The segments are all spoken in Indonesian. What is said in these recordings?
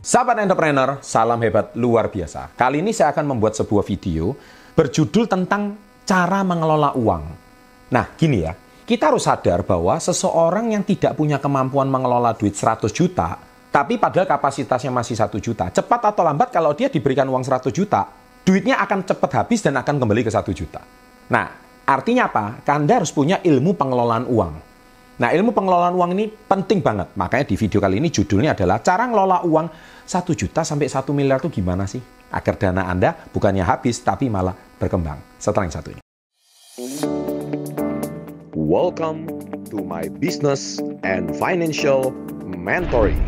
Sahabat entrepreneur, salam hebat luar biasa. Kali ini saya akan membuat sebuah video berjudul tentang cara mengelola uang. Nah, gini ya, kita harus sadar bahwa seseorang yang tidak punya kemampuan mengelola duit 100 juta, tapi padahal kapasitasnya masih 1 juta, cepat atau lambat kalau dia diberikan uang 100 juta, duitnya akan cepat habis dan akan kembali ke 1 juta. Nah, artinya apa? Anda harus punya ilmu pengelolaan uang. Nah, ilmu pengelolaan uang ini penting banget. Makanya di video kali ini judulnya adalah cara ngelola uang 1 juta sampai 1 miliar itu gimana sih? Agar dana Anda bukannya habis, tapi malah berkembang. Setelah yang satu ini. Welcome to my business and financial mentoring.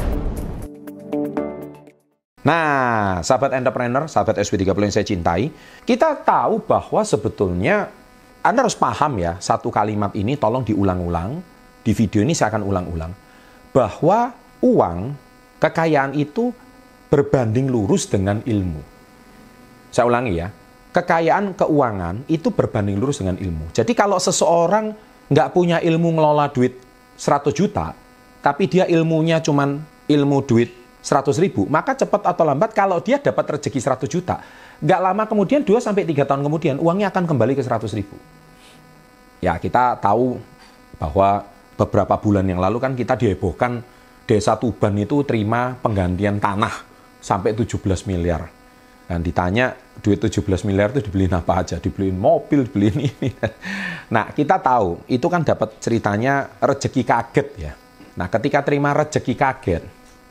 Nah, sahabat entrepreneur, sahabat SW30 yang saya cintai, kita tahu bahwa sebetulnya Anda harus paham ya, satu kalimat ini tolong diulang-ulang. Di video ini saya akan ulang-ulang. Bahwa uang, kekayaan itu berbanding lurus dengan ilmu. Saya ulangi ya, kekayaan keuangan itu berbanding lurus dengan ilmu. Jadi kalau seseorang nggak punya ilmu ngelola duit 100 juta, tapi dia ilmunya cuman ilmu duit 100 ribu, maka cepat atau lambat kalau dia dapat rezeki 100 juta, nggak lama kemudian 2-3 tahun kemudian uangnya akan kembali ke 100 ribu. Ya, kita tahu bahwa beberapa bulan yang lalu kan kita dihebohkan Desa Tuban itu terima penggantian tanah sampai 17 miliar. Dan ditanya duit 17 miliar itu dibeliin apa aja? Dibeliin mobil, dibeliin ini. Nah, kita tahu itu kan dapat ceritanya rezeki kaget ya. Nah, ketika terima rezeki kaget,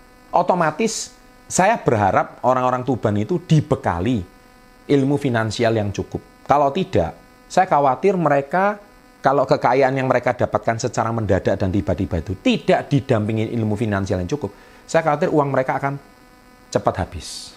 otomatis saya berharap orang-orang Tuban itu dibekali ilmu finansial yang cukup. Kalau tidak, saya khawatir mereka, kalau kekayaan yang mereka dapatkan secara mendadak dan tiba-tiba itu tidak didampingi ilmu finansial yang cukup, saya khawatir uang mereka akan cepat habis.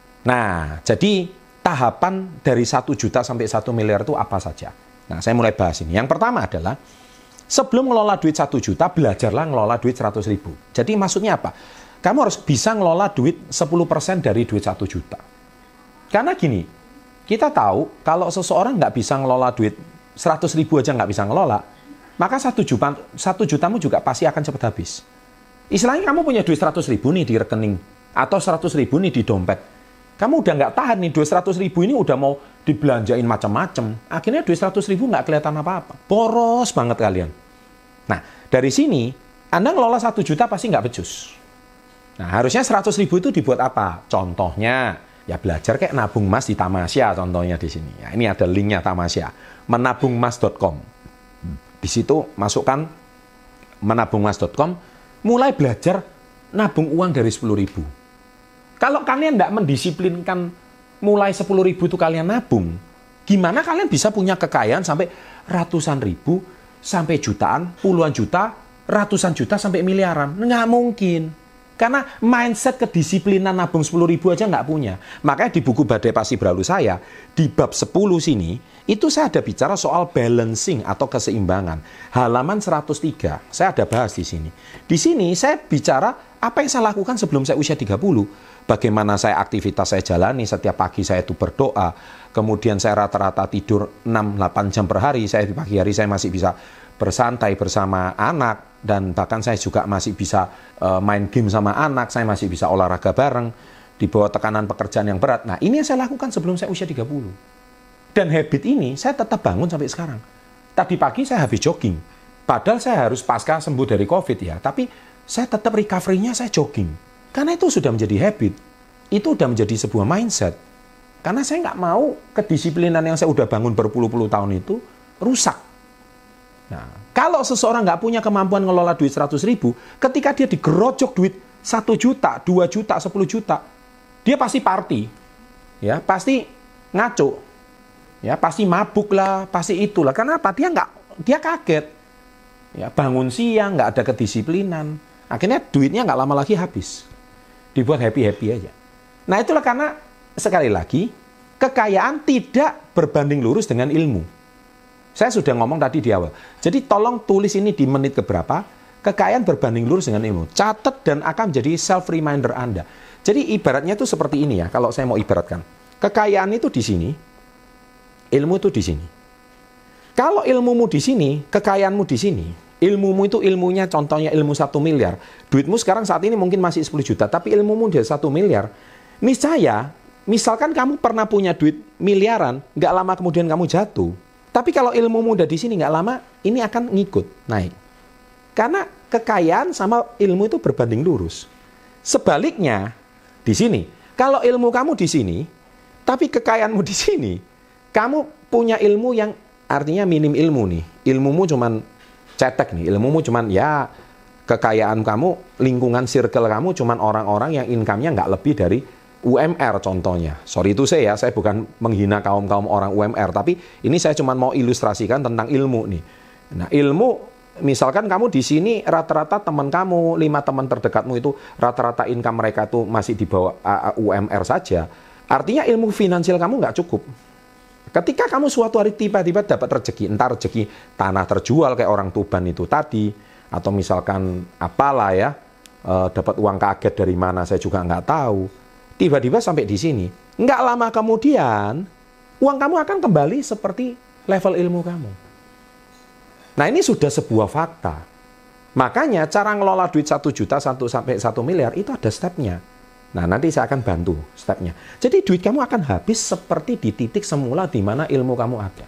Nah, jadi tahapan dari 1 juta sampai 1 miliar itu apa saja? Nah, saya mulai bahas ini. Yang pertama adalah, sebelum ngelola duit 1 juta, belajarlah ngelola duit 100 ribu. Jadi maksudnya apa? Kamu harus bisa ngelola duit 10% dari duit 1 juta. Karena gini, kita tahu kalau seseorang nggak bisa ngelola duit 100 ribu aja nggak bisa ngelola, maka 1 jutamu juga pasti akan cepat habis. Istilahnya kamu punya duit 100 ribu nih di rekening, atau 100 ribu nih di dompet. Kamu udah nggak tahan nih, duit 100 ribu ini udah mau dibelanjain macam-macam. Akhirnya duit 100 ribu nggak kelihatan apa-apa. Boros banget kalian. Nah, dari sini, Anda ngelola 1 juta pasti nggak becus. Nah, harusnya 100 ribu itu dibuat apa? Contohnya, ya belajar kayak nabung emas di Tamasya contohnya di sini. Ya, ini ada linknya Tamasya, menabungmas.com. Di situ masukkan menabungmas.com, mulai belajar nabung uang dari 10 ribu. Kalau kalian tidak mendisiplinkan mulai 10 ribu itu kalian nabung, gimana kalian bisa punya kekayaan sampai ratusan ribu, sampai jutaan, puluhan juta, ratusan juta, sampai miliaran? Nggak mungkin. Karena mindset kedisiplinan nabung 10 ribu aja nggak punya. Makanya di buku Badai Pasti Berlalu saya, di bab 10 sini, itu saya ada bicara soal balancing atau keseimbangan. Halaman 103, saya ada bahas di sini. Di sini saya bicara apa yang saya lakukan sebelum saya usia 30. Bagaimana saya aktivitas saya jalani, setiap pagi saya itu berdoa. Kemudian saya rata-rata tidur 6-8 jam per hari. Saya di pagi hari saya masih bisa bersantai bersama anak. Dan bahkan saya juga masih bisa main game sama anak, saya masih bisa olahraga bareng, di bawah tekanan pekerjaan yang berat. Nah, ini yang saya lakukan sebelum saya usia 30. Dan habit ini saya tetap bangun sampai sekarang. Tadi pagi saya habis jogging. Padahal saya harus pasca sembuh dari COVID ya, tapi saya tetap recovery-nya saya jogging. Karena itu sudah menjadi habit. Itu sudah menjadi sebuah mindset. Karena saya nggak mau kedisiplinan yang saya udah bangun berpuluh-puluh tahun itu rusak. Nah, kalau seseorang nggak punya kemampuan ngelola duit 100 ribu, ketika dia digerojok duit 1 juta, 2 juta, 10 juta, dia pasti party, ya, pasti ngaco, ya, pasti mabuk lah, pasti itulah. Karena apa? Dia kaget, ya, bangun siang, nggak ada kedisiplinan, akhirnya duitnya nggak lama lagi habis, dibuat happy-happy aja. Nah, itulah karena, sekali lagi, kekayaan tidak berbanding lurus dengan ilmu. Saya sudah ngomong tadi di awal. Jadi tolong tulis ini di menit keberapa. Kekayaan berbanding lurus dengan ilmu. Catat dan akan menjadi self-reminder Anda. Jadi ibaratnya itu seperti ini ya, kalau saya mau ibaratkan. Kekayaan itu di sini, ilmu itu di sini. Kalau ilmumu di sini, kekayaanmu di sini, Ilmumu itu ilmunya, contohnya ilmu 1 miliar. Duitmu sekarang saat ini mungkin masih 10 juta, tapi ilmumu udah 1 miliar. Niscaya, misalkan kamu pernah punya duit miliaran, nggak lama kemudian kamu jatuh. Tapi kalau ilmumu udah di sini nggak lama, ini akan ngikut naik. Karena kekayaan sama ilmu itu berbanding lurus. Sebaliknya, di sini, kalau ilmu kamu di sini, tapi kekayaanmu di sini, kamu punya ilmu yang artinya minim ilmu nih. Ilmumu cuman cetek nih, ilmumu cuman ya kekayaan kamu, lingkungan circle kamu cuman orang-orang yang income-nya nggak lebih dari UMR contohnya. Sorry itu saya bukan menghina kaum-kaum orang UMR, tapi ini saya cuman mau ilustrasikan tentang ilmu nih. Nah ilmu, misalkan kamu di sini rata-rata teman kamu, 5 teman terdekatmu itu rata-rata income mereka tuh masih di bawah UMR saja. Artinya ilmu finansial kamu nggak cukup. Ketika kamu suatu hari tiba-tiba dapat rezeki, entah rezeki tanah terjual kayak orang Tuban itu tadi, atau misalkan apalah ya, dapat uang kaget dari mana saya juga nggak tahu. Tiba-tiba sampai di sini, nggak lama kemudian uang kamu akan kembali seperti level ilmu kamu. Nah ini sudah sebuah fakta. Makanya cara ngelola duit 1 juta sampai 1 miliar itu ada stepnya. Nah, nanti saya akan bantu stepnya. Jadi duit kamu akan habis seperti di titik semula di mana ilmu kamu ada.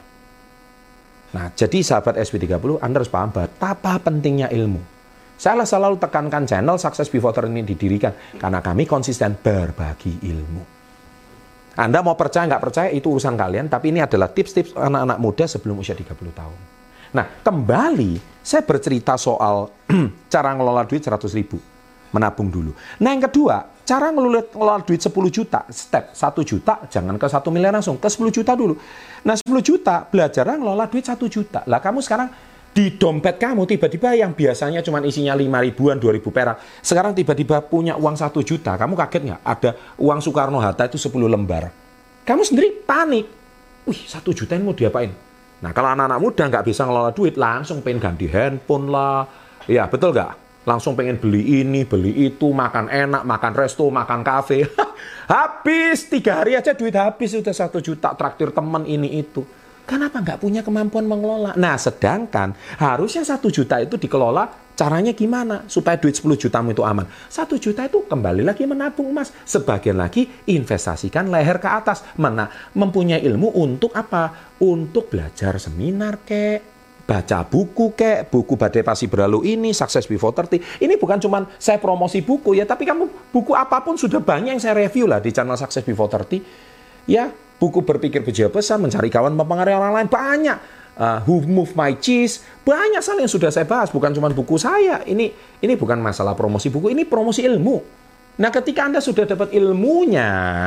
Nah, jadi sahabat SB30, Anda harus paham betapa pentingnya ilmu. Saya selalu tekankan channel Success Before 30 ini didirikan karena kami konsisten berbagi ilmu. Anda mau percaya nggak percaya itu urusan kalian, tapi ini adalah tips-tips anak-anak muda sebelum usia 30 tahun. Nah, kembali saya bercerita soal cara ngelola duit 100 ribu. Menabung dulu. Nah yang kedua, cara ngelola duit 10 juta, step 1 juta, jangan ke 1 miliar langsung, ke 10 juta dulu. Nah 10 juta, belajar ngelola duit 1 juta. Lah kamu sekarang di dompet kamu tiba-tiba yang biasanya cuma isinya 5 ribuan, 2 ribu perak, sekarang tiba-tiba punya uang 1 juta. Kamu kaget nggak? Ada uang Soekarno-Hatta itu 10 lembar. Kamu sendiri panik. Wih 1 juta ini mau diapain? Nah kalau anak-anak muda nggak bisa ngelola duit, langsung pengen ganti handphone lah. Ya betul nggak? Langsung pengen beli ini, beli itu, makan enak, makan resto, makan kafe. Habis 3 hari aja duit habis, sudah 1 juta, traktir teman ini itu. Kenapa nggak punya kemampuan mengelola? Nah, sedangkan harusnya 1 juta itu dikelola, caranya gimana? Supaya duit 10 jutamu itu aman. 1 juta itu kembali lagi menabung emas. Sebagian lagi investasikan leher ke atas. Mempunyai ilmu untuk apa? Untuk belajar seminar kek. Baca buku kek, buku Badai Pasti Berlalu ini, Success Before 30. Ini bukan cuma saya promosi buku ya, tapi kamu buku apapun sudah banyak yang saya review lah di channel Success Before 30. Ya, buku Berpikir Berjiwa Besar, Mencari Kawan Mempengaruhi Orang Lain, banyak. Who Moved My Cheese, banyak sekali yang sudah saya bahas, bukan cuma buku saya. Ini bukan masalah promosi buku, ini promosi ilmu. Nah, ketika Anda sudah dapat ilmunya,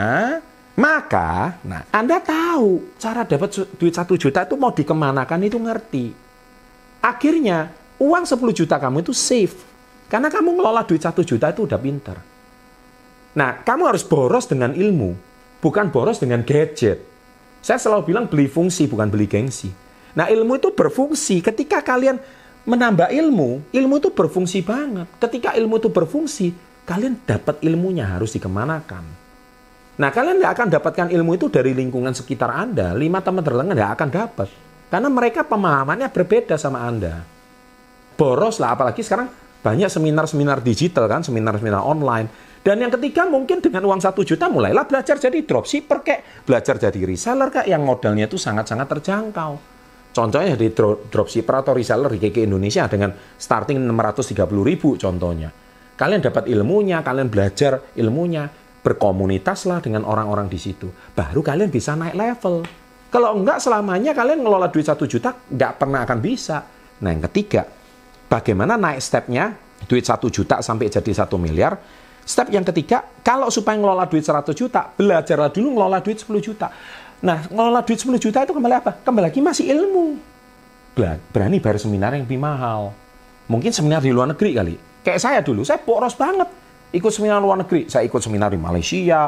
maka Anda tahu cara dapat duit 1 juta itu mau dikemanakan itu ngerti. Akhirnya, uang 10 juta kamu itu safe. Karena kamu ngelola duit 1 juta itu udah pintar. Nah, kamu harus boros dengan ilmu. Bukan boros dengan gadget. Saya selalu bilang beli fungsi, bukan beli gengsi. Nah, ilmu itu berfungsi. Ketika kalian menambah ilmu itu berfungsi banget. Ketika ilmu itu berfungsi, kalian dapat ilmunya harus dikemanakan. Nah, kalian nggak akan dapatkan ilmu itu dari lingkungan sekitar Anda. 5 teman terdekat nggak akan dapat. Karena mereka pemahamannya berbeda sama Anda. Boros lah, apalagi sekarang banyak seminar-seminar digital kan, seminar-seminar online. Dan yang ketiga mungkin dengan uang 1 juta mulailah belajar jadi dropshipper kek, belajar jadi reseller kek, yang modalnya itu sangat-sangat terjangkau. Contohnya di dropshipper atau reseller di KK Indonesia dengan starting 630.000 contohnya. Kalian dapat ilmunya, kalian belajar ilmunya, berkomunitaslah dengan orang-orang di situ. Baru kalian bisa naik level. Kalau enggak, selamanya kalian ngelola duit 1 juta, enggak pernah akan bisa. Nah, yang ketiga, bagaimana naik stepnya, duit 1 juta sampai jadi 1 miliar. Step yang ketiga, kalau supaya ngelola duit 100 juta, belajarlah dulu ngelola duit 10 juta. Nah, ngelola duit 10 juta itu kembali apa? Kembali lagi masih ilmu. Berani bayar seminar yang lebih mahal. Mungkin seminar di luar negeri kali. Kayak saya dulu, saya boros banget. Ikut seminar luar negeri. Saya ikut seminar di Malaysia.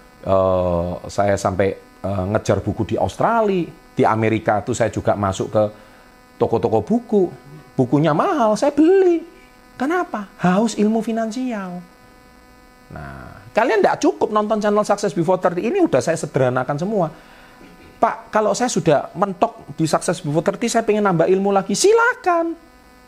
Saya sampai ngejar buku di Australia, di Amerika tuh saya juga masuk ke toko-toko buku. Bukunya mahal, saya beli. Kenapa? Haus ilmu finansial. Nah, kalian nggak cukup nonton channel Success Before 30 ini udah saya sederhanakan semua. Pak, kalau saya sudah mentok di Success Before 30, saya pengen nambah ilmu lagi, silakan.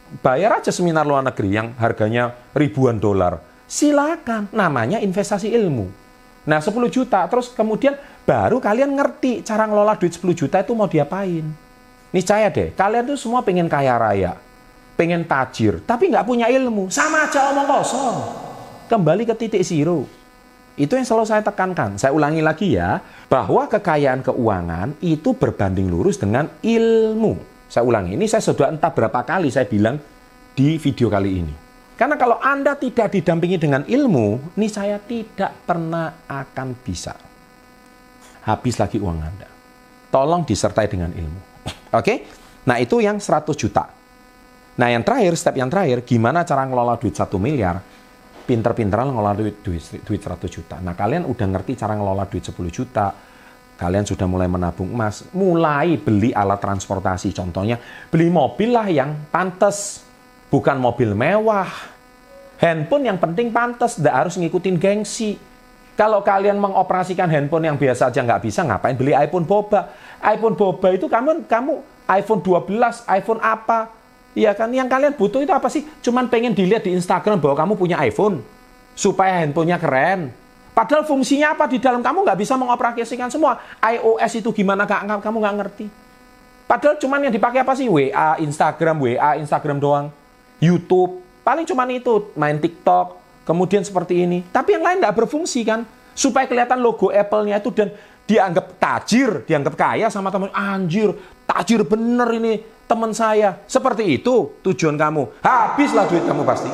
bayar aja seminar luar negeri yang harganya ribuan dolar. Silakan, namanya investasi ilmu. Nah 10 juta, terus kemudian baru kalian ngerti cara ngelola duit 10 juta itu mau diapain. Niscaya deh, kalian tuh semua pengen kaya raya, pengen tajir, tapi nggak punya ilmu. Sama aja omong kosong. Kembali ke titik zero. Itu yang selalu saya tekankan. Saya ulangi lagi ya, bahwa kekayaan keuangan itu berbanding lurus dengan ilmu. Saya ulangi, ini saya sudah entah berapa kali saya bilang di video kali ini. Karena kalau Anda tidak didampingi dengan ilmu, ini saya tidak pernah akan bisa. Habis lagi uang Anda. Tolong disertai dengan ilmu. Oke? Nah itu yang 100 juta. Nah yang terakhir, step yang terakhir, gimana cara ngelola duit 1 miliar? Pinter-pinteran ngelola duit 100 juta. Nah kalian udah ngerti cara ngelola duit 10 juta. Kalian sudah mulai menabung emas. Mulai beli alat transportasi. Contohnya beli mobil lah yang pantas. Bukan mobil mewah. Handphone yang penting pantas. Nggak harus ngikutin gengsi. Kalau kalian mengoperasikan handphone yang biasa aja nggak bisa, ngapain beli iPhone boba? iPhone boba itu kamu iPhone 12, iPhone apa? Iya kan, yang kalian butuh itu apa sih? Cuman pengen dilihat di Instagram bahwa kamu punya iPhone. Supaya handphonenya keren. Padahal fungsinya apa di dalam kamu nggak bisa mengoperasikan semua. iOS itu gimana kamu nggak ngerti. Padahal cuman yang dipakai apa sih? WA, Instagram doang. YouTube, paling cuman itu. Main TikTok, kemudian seperti ini. Tapi yang lain nggak berfungsi kan. Supaya kelihatan logo Apple-nya itu dan dianggap tajir, dianggap kaya sama teman. Anjir, tajir bener ini teman saya. Seperti itu tujuan kamu. Habislah duit kamu pasti.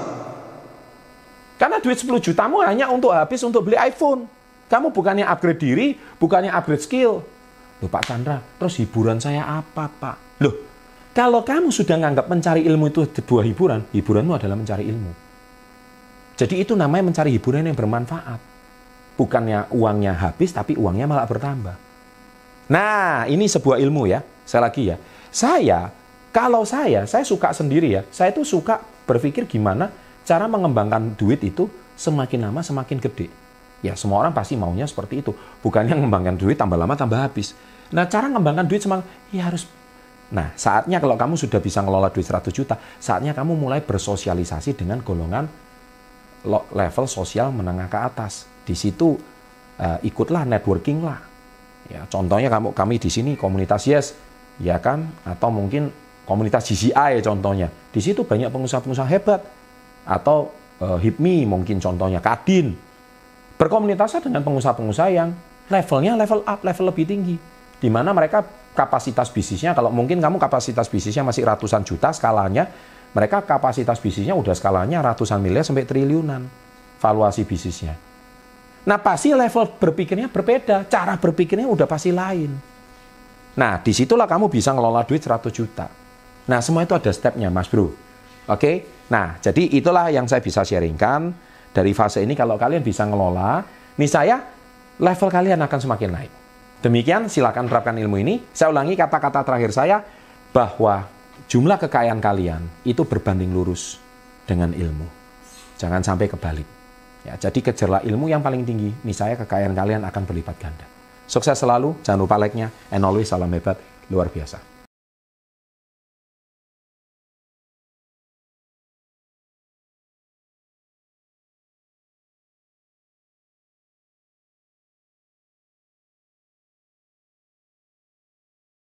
Karena duit 10 jutamu hanya habis untuk beli iPhone. Kamu bukannya upgrade diri, bukannya upgrade skill. Loh Pak Chandra, terus hiburan saya apa Pak? Loh, kalau kamu sudah nganggap mencari ilmu itu sebuah hiburan, hiburanmu adalah mencari ilmu. Jadi itu namanya mencari hiburan yang bermanfaat. Bukannya uangnya habis, tapi uangnya malah bertambah. Nah, ini sebuah ilmu ya. Saya lagi ya. Kalau saya suka sendiri ya. Saya tuh suka berpikir gimana cara mengembangkan duit itu semakin lama semakin gede. Ya, semua orang pasti maunya seperti itu. Bukannya mengembangkan duit tambah lama tambah habis. Nah, cara mengembangkan duit ya harus. Nah, saatnya kalau kamu sudah bisa ngelola duit 100 juta, saatnya kamu mulai bersosialisasi dengan golongan level sosial menengah ke atas. Di situ ikutlah networking lah. Ya, contohnya kami di sini komunitas Yes, ya kan? Atau mungkin komunitas GCI contohnya. Di situ banyak pengusaha-pengusaha hebat. Atau HIPMI mungkin contohnya, Kadin. Berkomunitasnya dengan pengusaha-pengusaha yang levelnya level up, level lebih tinggi. Di mana mereka kapasitas bisnisnya, kalau mungkin kamu kapasitas bisnisnya masih ratusan juta skalanya, mereka kapasitas bisnisnya udah skalanya ratusan miliar sampai triliunan valuasi bisnisnya. Nah pasti level berpikirnya berbeda, cara berpikirnya udah pasti lain. Nah disitulah kamu bisa ngelola duit 100 juta. Nah semua itu ada stepnya Mas Bro. Oke? Nah jadi itulah yang saya bisa sharingkan. Dari fase ini kalau kalian bisa ngelola, nih saya level kalian akan semakin naik. Demikian silakan terapkan ilmu ini. Saya ulangi kata-kata terakhir saya, bahwa jumlah kekayaan kalian itu berbanding lurus dengan ilmu. Jangan sampai kebalik. Ya, jadi kejarlah ilmu yang paling tinggi, niscaya kekayaan kalian akan berlipat ganda. Sukses selalu, jangan lupa like-nya, and always salam hebat, luar biasa.